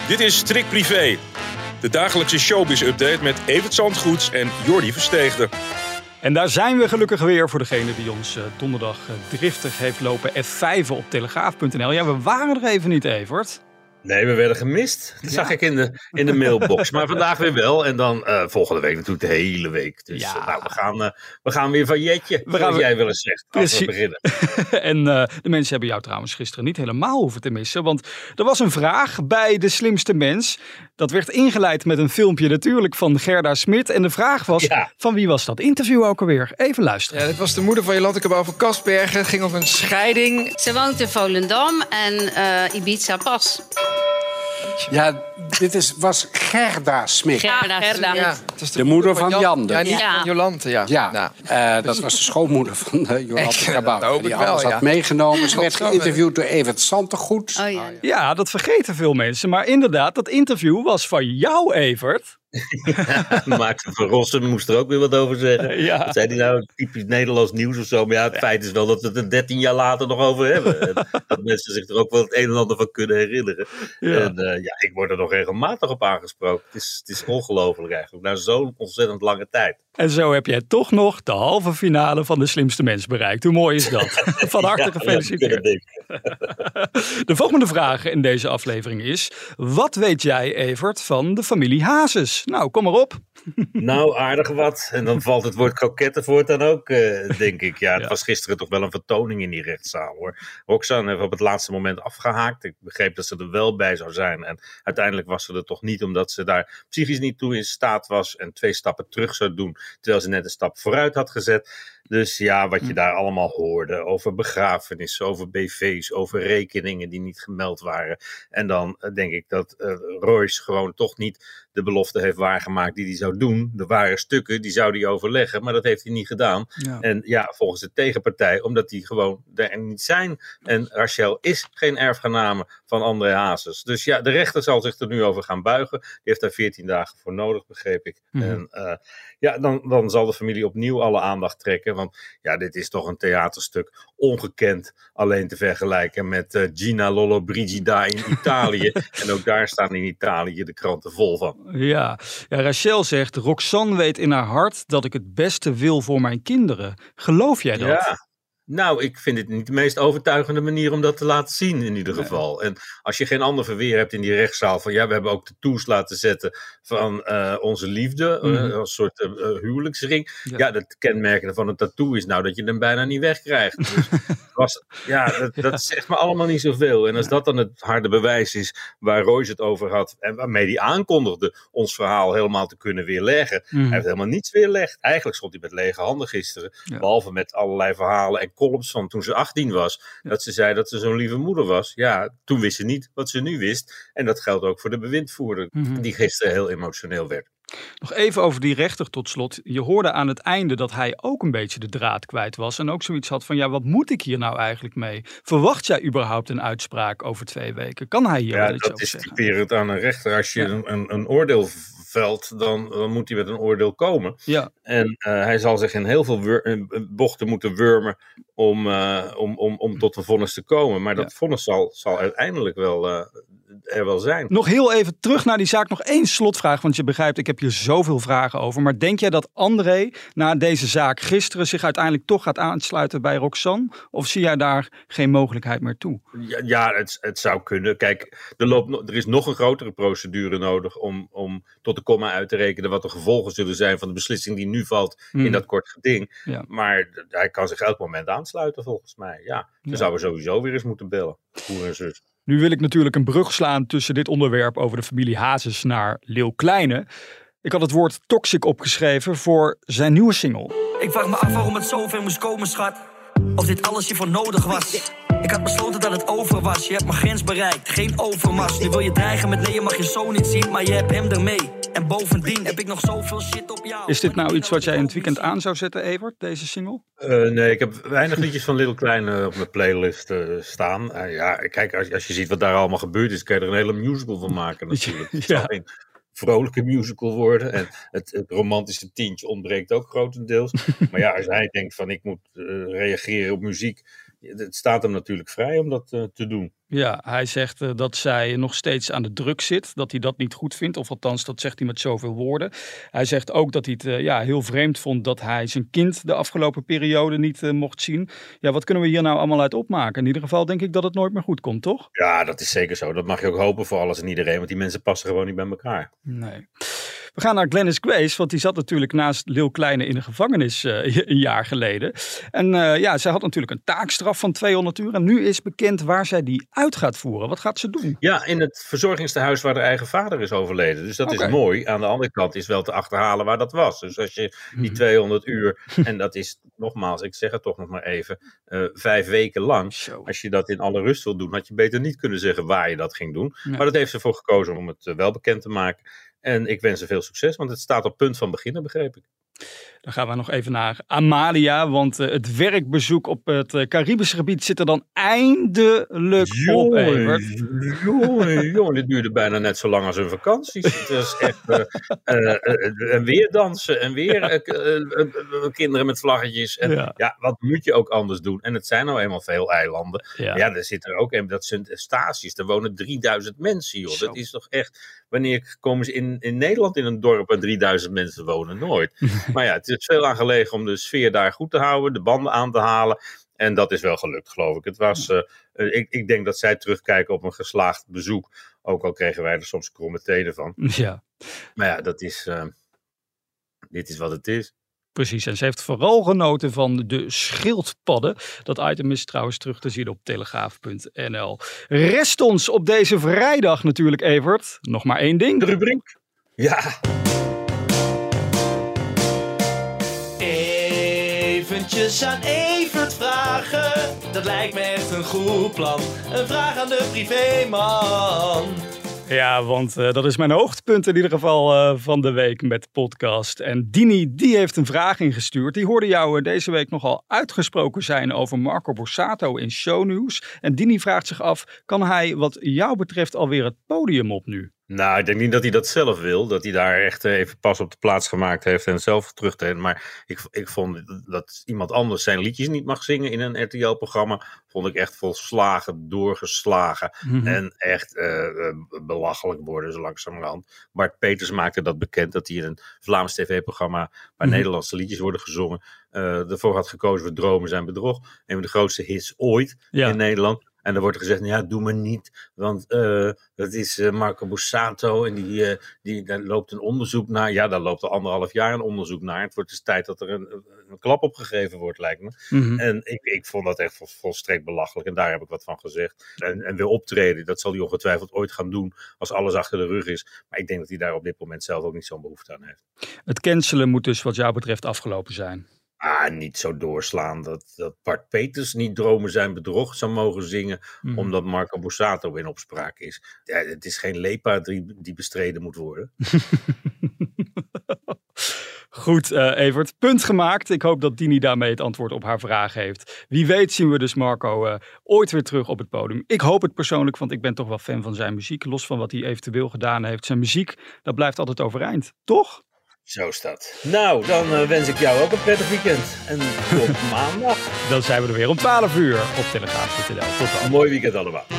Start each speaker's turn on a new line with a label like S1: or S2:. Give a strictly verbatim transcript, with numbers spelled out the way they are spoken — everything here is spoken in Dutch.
S1: Dit is Trick Privé, de dagelijkse showbiz-update met Evert Zandgoeds en Jordi Versteegde.
S2: En daar zijn we gelukkig weer voor degene die ons uh, donderdag uh, driftig heeft lopen F vijf op telegraaf punt n l. Ja, we waren er even niet, Evert.
S3: Nee, we werden gemist. Dat ja. zag ik in de, in de mailbox. Maar vandaag weer wel. En dan uh, volgende week natuurlijk de hele week. Dus ja. uh, nou, we, gaan, uh, we gaan weer van Jetje. We zoals we... jij wel eens zegt. Als we beginnen.
S2: en uh, de mensen hebben jou trouwens gisteren niet helemaal hoeven te missen. Want er was een vraag bij De Slimste Mens. Dat werd ingeleid met een filmpje natuurlijk van Gerda Smit. En de vraag was, ja. van wie was dat interview ook alweer? Even luisteren.
S4: Ja, dit was de moeder van Jolante Cabau van Kasbergen. Het ging over een scheiding.
S5: Ze woont in Volendam en uh, Ibiza Pas.
S6: Ja, dit is, was Gerda Smit.
S5: Gerda, Gerda.
S6: Ja, het is de, de moeder van, van Jan.
S4: Ja, niet ja. van Jolante, ja.
S6: Ja, nou. uh, dat was de schoonmoeder van uh, Jolante Cabau. Die alles wel, had ja. meegenomen. Ze werd geïnterviewd door Evert Zandgoeds.
S5: Oh, ja.
S2: ja, dat vergeten veel mensen. Maar inderdaad, dat interview was van jou, Evert.
S3: Ja, Maarten van Rossum moest er ook weer wat over zeggen.
S2: Ja.
S3: Wat zei hij nou? Typisch Nederlands nieuws of zo. Maar ja, het ja. feit is wel dat we het er dertien jaar later nog over hebben. En dat mensen zich er ook wel het een en ander van kunnen herinneren. Ja. En uh, ja, ik word er nog regelmatig op aangesproken. Het is, het is ongelooflijk eigenlijk. Na zo'n ontzettend lange tijd.
S2: En zo heb jij toch nog de halve finale van De Slimste Mens bereikt. Hoe mooi is dat? Van harte ja, gefeliciteerd. Ja, de volgende vraag in deze aflevering is... Wat weet jij, Evert, van de familie Hazes? Nou, kom maar op.
S3: Nou, aardig wat. En dan valt het woord kroketten voortaan ook, uh, denk ik. Ja, het ja. was gisteren toch wel een vertoning in die rechtszaal, hoor. Roxanne heeft op het laatste moment afgehaakt. Ik begreep dat ze er wel bij zou zijn. En uiteindelijk was ze er toch niet, omdat ze daar psychisch niet toe in staat was... en twee stappen terug zou doen, terwijl ze net een stap vooruit had gezet... Dus ja, wat je daar allemaal hoorde over begrafenissen, over B V's, over rekeningen die niet gemeld waren. En dan uh, denk ik dat uh, Royce gewoon toch niet de belofte heeft waargemaakt die hij zou doen. Er waren stukken, die zou hij overleggen, maar dat heeft hij niet gedaan. Ja. En ja, volgens de tegenpartij, omdat die gewoon er niet zijn. En Rachel is geen erfgename van André Hazes. Dus ja, de rechter zal zich er nu over gaan buigen. Die heeft daar veertien dagen voor nodig, begreep ik. Mm. En uh, ja, dan, dan zal de familie opnieuw alle aandacht trekken. Want ja, dit is toch een theaterstuk ongekend alleen te vergelijken met uh, Gina Lollobrigida in Italië. En ook daar staan in Italië de kranten vol van.
S2: Ja. ja, Rachel zegt, Roxanne weet in haar hart dat ik het beste wil voor mijn kinderen. Geloof jij dat?
S3: Ja. Nou, ik vind het niet de meest overtuigende manier om dat te laten zien in ieder geval. Nee. En als je geen ander verweer hebt in die rechtszaal van ja, we hebben ook tattoos laten zetten van uh, onze liefde, mm-hmm. uh, als soort uh, huwelijksring. Ja. ja, het kenmerkende van een tattoo is nou dat je hem bijna niet wegkrijgt. Dus was, ja, dat, dat zegt me allemaal niet zoveel. En als dat dan het harde bewijs is waar Royce het over had en waarmee hij aankondigde ons verhaal helemaal te kunnen weerleggen. Mm-hmm. Hij heeft helemaal niets weerlegd. Eigenlijk stond hij met lege handen gisteren, ja. behalve met allerlei verhalen en columns van toen ze achttien was, ja. dat ze zei dat ze zo'n lieve moeder was. Ja, toen wist ze niet wat ze nu wist. En dat geldt ook voor de bewindvoerder, mm-hmm. die gisteren heel emotioneel werd.
S2: Nog even over die rechter tot slot. Je hoorde aan het einde dat hij ook een beetje de draad kwijt was en ook zoiets had van ja, wat moet ik hier nou eigenlijk mee? Verwacht jij überhaupt een uitspraak over twee weken? Kan hij hier
S3: ja,
S2: wel iets over
S3: zeggen? Ja,
S2: dat is
S3: typerend aan een rechter. Als je ja. een, een, een oordeel velt, dan, dan moet hij met een oordeel komen.
S2: Ja.
S3: En uh, hij zal zich in heel veel wur- bochten moeten wurmen om, uh, om, om, om tot een vonnis te komen. Maar dat ja. vonnis zal, zal uiteindelijk wel... Uh, er wel zijn.
S2: Nog heel even terug naar die zaak. Nog één slotvraag, want je begrijpt, ik heb hier zoveel vragen over. Maar denk jij dat André na deze zaak gisteren zich uiteindelijk toch gaat aansluiten bij Roxanne? Of zie jij daar geen mogelijkheid meer toe?
S3: Ja, ja het, het zou kunnen. Kijk, er, loopt, er is nog een grotere procedure nodig om, om tot de komma uit te rekenen wat de gevolgen zullen zijn van de beslissing die nu valt hmm. in dat kort geding. Ja. Maar hij kan zich elk moment aansluiten volgens mij. Ja, ze ja. zouden sowieso weer eens moeten bellen. Broer en zus.
S2: Nu wil ik natuurlijk een brug slaan tussen dit onderwerp over de familie Hazes naar Leeuw Kleine. Ik had het woord toxic opgeschreven voor zijn nieuwe single.
S7: Ik vraag me af waarom het zover moest komen, schat. Of dit alles hiervoor nodig was. Ik had besloten dat het over was. Je hebt mijn grens bereikt, geen overmars. Nu wil je dreigen met nee, je mag je zoon niet zien, maar je hebt hem ermee. En bovendien heb ik nog zoveel shit op jou.
S2: Is dit nou iets wat jij in het weekend aan zou zetten, Evert, deze single?
S3: Uh, nee, ik heb weinig liedjes van Little Kleine op mijn playlist uh, staan. Uh, ja, kijk, als, als je ziet wat daar allemaal gebeurd is, kan je er een hele musical van maken natuurlijk. Het zal geen vrolijke musical worden. En het, het romantische tientje ontbreekt ook grotendeels. Maar ja, als hij denkt van ik moet uh, reageren op muziek, het staat hem natuurlijk vrij om dat uh, te doen.
S2: Ja, hij zegt uh, dat zij nog steeds aan de druk zit. Dat hij dat niet goed vindt. Of althans, dat zegt hij met zoveel woorden. Hij zegt ook dat hij het uh, ja, heel vreemd vond dat hij zijn kind de afgelopen periode niet uh, mocht zien. Ja, wat kunnen we hier nou allemaal uit opmaken? In ieder geval denk ik dat het nooit meer goed komt, toch?
S3: Ja, dat is zeker zo. Dat mag je ook hopen voor alles en iedereen. Want die mensen passen gewoon niet bij elkaar.
S2: Nee. We gaan naar Glennis Grace, want die zat natuurlijk naast Lil Kleine in de gevangenis uh, een jaar geleden. En uh, ja, zij had natuurlijk een taakstraf van tweehonderd uur. En nu is bekend waar zij die uit gaat voeren. Wat gaat ze doen?
S3: Ja, in het verzorgingstehuis waar haar eigen vader is overleden. Dus dat okay. is mooi. Aan de andere kant is wel te achterhalen waar dat was. Dus als je die tweehonderd uur, en dat is nogmaals, ik zeg het toch nog maar even, uh, vijf weken lang. Zo. Als je dat in alle rust wil doen, had je beter niet kunnen zeggen waar je dat ging doen. Ja. Maar dat heeft ze voor gekozen om het uh, wel bekend te maken. En ik wens ze veel succes, want het staat op punt van beginnen, begreep ik.
S2: Dan gaan we nog even naar Amalia, want uh, het werkbezoek op het uh, Caribische gebied zit er dan eindelijk jongen, op, Evert.
S3: Jongen, jongen, dit duurde bijna net zo lang als hun vakanties. Het is echt uh, uh, uh, en weer dansen en weer uh, uh, uh, kinderen met vlaggetjes. En, ja. ja, wat moet je ook anders doen? En het zijn nou eenmaal veel eilanden. Ja, ja er zitten er ook een, dat zijn Stasies, er wonen drieduizend mensen, joh. Zo. Dat is toch echt, wanneer komen ze in, in Nederland in een dorp waar drieduizend mensen wonen? Nooit. Maar ja, het is veel aan gelegen om de sfeer daar goed te houden, de banden aan te halen. En dat is wel gelukt, geloof ik. Het was, uh, ik, ik denk dat zij terugkijken op een geslaagd bezoek. Ook al kregen wij er soms kromme tenen van.
S2: Ja.
S3: Maar ja, dat is, uh, dit is wat het is.
S2: Precies, en ze heeft vooral genoten van de schildpadden. Dat item is trouwens terug te zien op telegraaf punt n l. Rest ons op deze vrijdag natuurlijk, Evert. Nog maar één ding.
S3: De rubriek. Ja.
S8: Eventjes aan Evert vragen, dat lijkt me echt een goed plan. Een vraag aan de privéman.
S2: Ja, want uh, dat is mijn hoogtepunt in ieder geval uh, van de week met podcast. En Dini, die heeft een vraag ingestuurd. Die hoorde jou uh, deze week nogal uitgesproken zijn over Marco Borsato in Shownieuws. En Dini vraagt zich af, kan hij wat jou betreft alweer het podium op nu?
S3: Nou, ik denk niet dat hij dat zelf wil. Dat hij daar echt even pas op de plaats gemaakt heeft en zelf terugtreedt. Maar ik, ik vond dat iemand anders zijn liedjes niet mag zingen in een R T L-programma. Vond ik echt volslagen doorgeslagen. Mm-hmm. En echt uh, belachelijk worden zo langzamerhand. Bart Peters maakte dat bekend dat hij in een Vlaams tv-programma waar mm-hmm. Nederlandse liedjes worden gezongen. Uh, ervoor had gekozen voor Dromen zijn bedrog. Een van de grootste hits ooit ja. in Nederland. En dan wordt er gezegd, ja, doe maar niet, want uh, dat is uh, Marco Borsato en die, uh, die, daar loopt een onderzoek naar. Ja, daar loopt al anderhalf jaar een onderzoek naar. Het wordt dus tijd dat er een, een klap opgegeven wordt, lijkt me. Mm-hmm. En ik, ik vond dat echt vol, volstrekt belachelijk en daar heb ik wat van gezegd. En, en wil optreden, dat zal hij ongetwijfeld ooit gaan doen als alles achter de rug is. Maar ik denk dat hij daar op dit moment zelf ook niet zo'n behoefte aan heeft.
S2: Het cancelen moet dus wat jou betreft afgelopen zijn.
S3: Ah, niet zo doorslaan dat, dat Bart Peters niet Dromen zijn bedrog zou mogen zingen, mm. omdat Marco Borsato in opspraak is. Ja, het is geen lepa die, die bestreden moet worden.
S2: Goed, uh, Evert. Punt gemaakt. Ik hoop dat Dini daarmee het antwoord op haar vraag heeft. Wie weet zien we dus Marco uh, ooit weer terug op het podium. Ik hoop het persoonlijk, want ik ben toch wel fan van zijn muziek. Los van wat hij eventueel gedaan heeft. Zijn muziek, dat blijft altijd overeind. Toch?
S3: Zo is dat. Nou, dan uh, wens ik jou ook een prettig weekend. En tot maandag.
S2: Dan zijn we er weer om twaalf uur op telegraaf punt n l. Tot dan.
S3: Een mooi weekend allemaal.